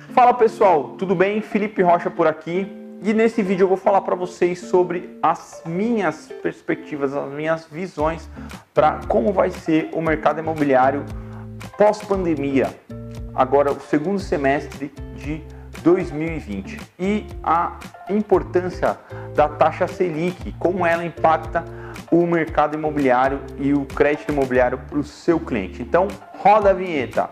Fala pessoal, tudo bem? Felipe Rocha por aqui e nesse vídeo eu vou falar para vocês sobre as minhas perspectivas, as minhas visões para como vai ser o mercado imobiliário pós-pandemia, agora o segundo semestre de 2020 e a importância da taxa Selic, como ela impacta o mercado imobiliário e o crédito imobiliário para o seu cliente. Então, roda a vinheta!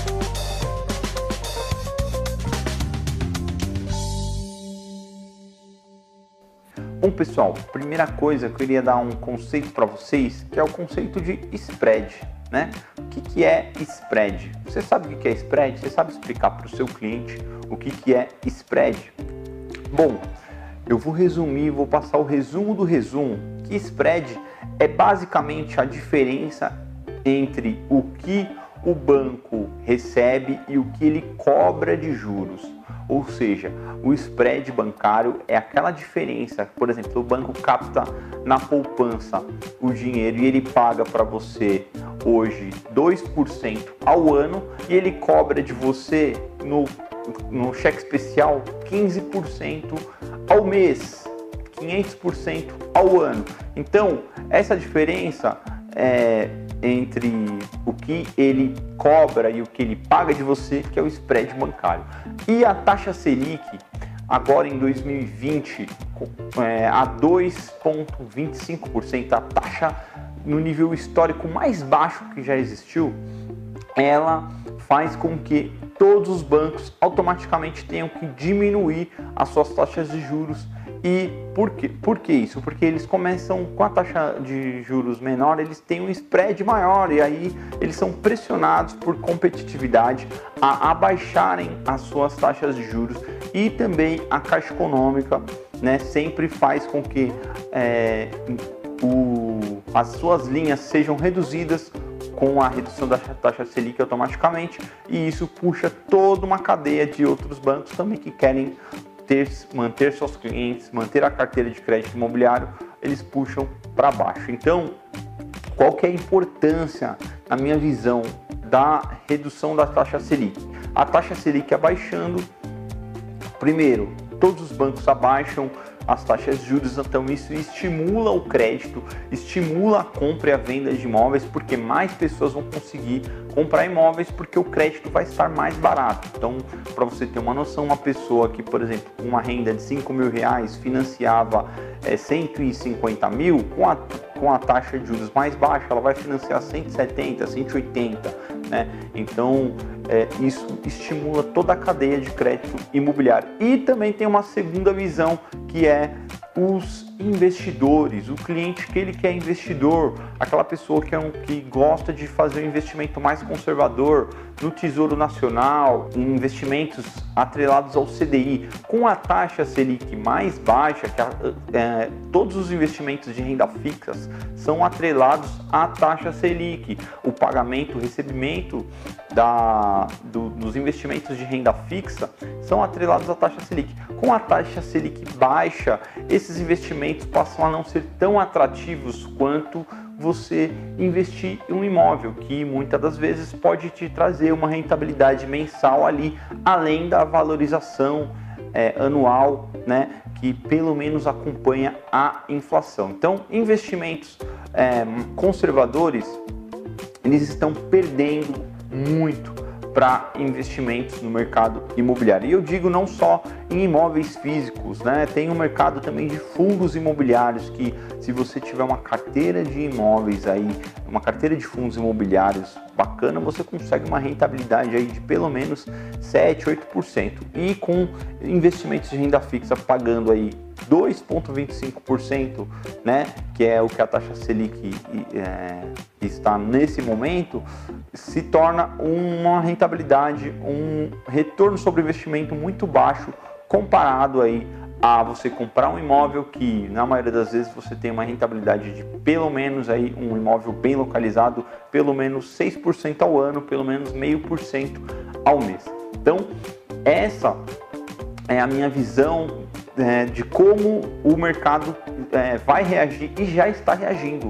Bom pessoal, primeira coisa eu queria dar um conceito para vocês, que é o conceito de spread, né? O que é spread? Você sabe o que é spread? Você sabe explicar para o seu cliente o que é spread? Bom, eu vou resumir, vou passar o resumo do resumo, que spread é basicamente a diferença entre o que o banco recebe e o que ele cobra de juros. Ou seja, o spread bancário é aquela diferença, por exemplo, o banco capta na poupança o dinheiro e ele paga para você hoje 2% ao ano e ele cobra de você no cheque especial 15% ao mês, 500% ao ano. Então, essa diferença entre o que ele cobra e o que ele paga de você, que é o spread bancário. E a taxa Selic, agora em 2020, a 2,25%, a taxa no nível histórico mais baixo que já existiu, ela faz com que todos os bancos automaticamente tenham que diminuir as suas taxas de juros. E por que isso? Porque eles começam com a taxa de juros menor, eles têm um spread maior e aí eles são pressionados por competitividade a abaixarem as suas taxas de juros, e também a Caixa Econômica, né, sempre faz com que as suas linhas sejam reduzidas com a redução da taxa Selic automaticamente, e isso puxa toda uma cadeia de outros bancos também que querem manter seus clientes, manter a carteira de crédito imobiliário, eles puxam para baixo. Então, qual que é a importância, na minha visão, da redução da taxa Selic? A taxa Selic abaixando, primeiro, todos os bancos abaixam as taxas de juros, então isso estimula o crédito, estimula a compra e a venda de imóveis, porque mais pessoas vão conseguir comprar imóveis, porque o crédito vai estar mais barato. Então, para você ter uma noção, uma pessoa que, por exemplo, com uma renda de R$5.000 financiava 150 mil, com a taxa de juros mais baixa, ela vai financiar 170, 180, né? Então, isso estimula toda a cadeia de crédito imobiliário. E também tem uma segunda visão, que é os investidores, o cliente que ele quer investidor, aquela pessoa que gosta de fazer um investimento mais conservador no Tesouro Nacional, em investimentos atrelados ao CDI, com a taxa Selic mais baixa, todos os investimentos de renda fixa são atrelados à taxa Selic. O pagamento, o recebimento dos investimentos de renda fixa são atrelados à taxa Selic. Com a taxa Selic baixa, esses investimentos passam a não ser tão atrativos quanto você investir em um imóvel, que muitas das vezes pode te trazer uma rentabilidade mensal ali, além da valorização anual, né, que pelo menos acompanha a inflação. Então, investimentos conservadores, eles estão perdendo muito para investimentos no mercado imobiliário. E eu digo não só em imóveis físicos, né? Tem um mercado também de fundos imobiliários, que se você tiver uma carteira de imóveis aí, uma carteira de fundos imobiliários bacana, você consegue uma rentabilidade aí de pelo menos 7, 8%. E com investimentos de renda fixa pagando aí 2,25%, né, que é o que a taxa Selic está nesse momento, se torna uma rentabilidade, um retorno sobre investimento muito baixo comparado aí a você comprar um imóvel que, na maioria das vezes, você tem uma rentabilidade de pelo menos aí um imóvel bem localizado, pelo menos 6% ao ano, pelo menos 0,5% ao mês. Então, essa é a minha visão de como o mercado vai reagir e já está reagindo.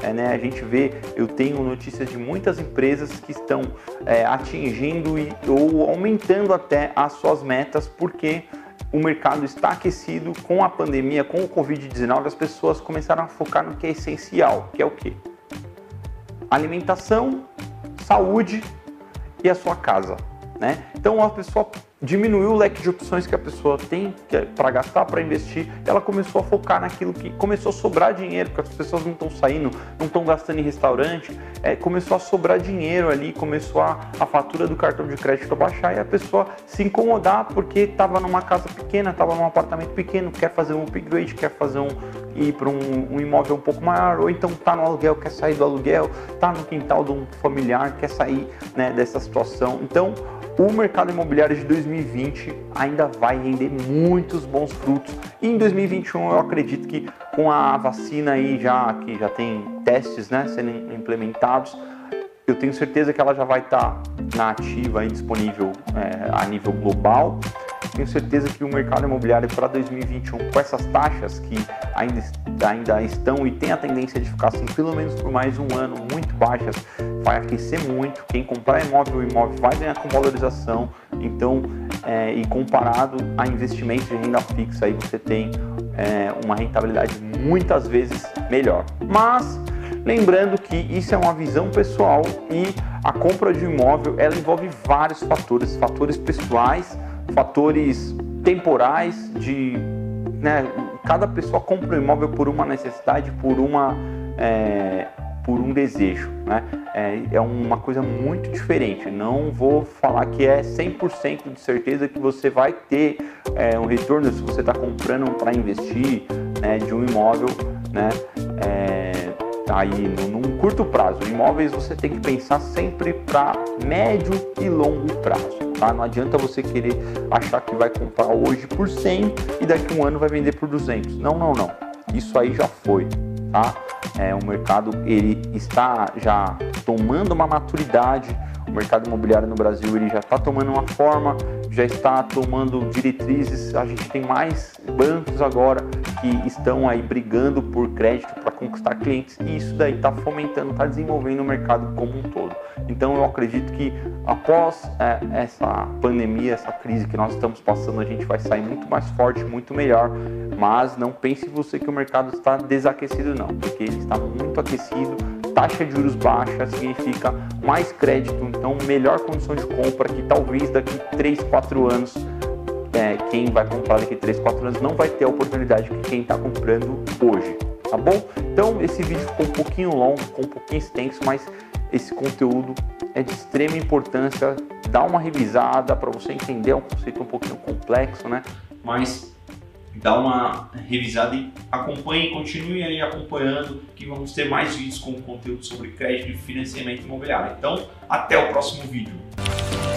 né, a gente vê, eu tenho notícias de muitas empresas que estão atingindo ou aumentando até as suas metas, porque o mercado está aquecido. Com a pandemia, com o Covid-19, as pessoas começaram a focar no que é essencial, que é o quê? Alimentação, saúde e a sua casa, né? Então a pessoa diminuiu o leque de opções que a pessoa tem para gastar, para investir. Ela começou a focar naquilo que começou a sobrar dinheiro, porque as pessoas não estão saindo, não estão gastando em restaurante, começou a sobrar dinheiro ali, começou a fatura do cartão de crédito a baixar e a pessoa se incomodar porque estava numa casa pequena, estava num apartamento pequeno, quer fazer um upgrade, quer fazer ir para um imóvel um pouco maior, ou então está no aluguel, quer sair do aluguel, está no quintal de um familiar, quer sair, né, dessa situação. Então o mercado imobiliário de 2020 ainda vai render muitos bons frutos. E em 2021 eu acredito que com a vacina aí que já tem testes, né, sendo implementados, eu tenho certeza que ela já vai estar na ativa e disponível a nível global. Tenho certeza que o mercado imobiliário para 2021, com essas taxas que ainda estão e tem a tendência de ficar assim pelo menos por mais um ano muito baixas, vai aquecer muito. Quem comprar imóvel, o imóvel vai ganhar com valorização. Então, e comparado a investimentos de renda fixa, aí você tem uma rentabilidade muitas vezes melhor. Mas lembrando que isso é uma visão pessoal e a compra de um imóvel ela envolve vários fatores pessoais, fatores temporais, cada pessoa compra um imóvel por uma necessidade, por um desejo, né? É uma coisa muito diferente. Não vou falar que é 100% de certeza que você vai ter um retorno se você está comprando para investir, né, de um imóvel, né? Aí num curto prazo. Imóveis você tem que pensar sempre para médio e longo prazo, tá? Não adianta você querer achar que vai comprar hoje por 100 e daqui a um ano vai vender por 200. Não. Isso aí já foi, tá? O mercado ele está já tomando uma maturidade. O mercado imobiliário no Brasil ele já está tomando uma forma, já está tomando diretrizes. A gente tem mais bancos agora que estão aí brigando por crédito para conquistar clientes e isso daí está fomentando, está desenvolvendo o mercado como um todo. Então eu acredito que após essa pandemia, essa crise que nós estamos passando, a gente vai sair muito mais forte, muito melhor. Mas não pense você que o mercado está desaquecido não, porque ele está muito aquecido. Taxa de juros baixa significa mais crédito, então melhor condição de compra, que talvez daqui 3, 4 anos, quem vai comprar daqui 3, 4 anos não vai ter a oportunidade que quem está comprando hoje, tá bom? Então esse vídeo ficou um pouquinho longo, ficou um pouquinho extenso, mas esse conteúdo é de extrema importância. Dá uma revisada para você entender, é um conceito um pouquinho complexo, né? Mas dá uma revisada e acompanhe, continue aí acompanhando, que vamos ter mais vídeos com conteúdo sobre crédito e financiamento imobiliário. Então, até o próximo vídeo.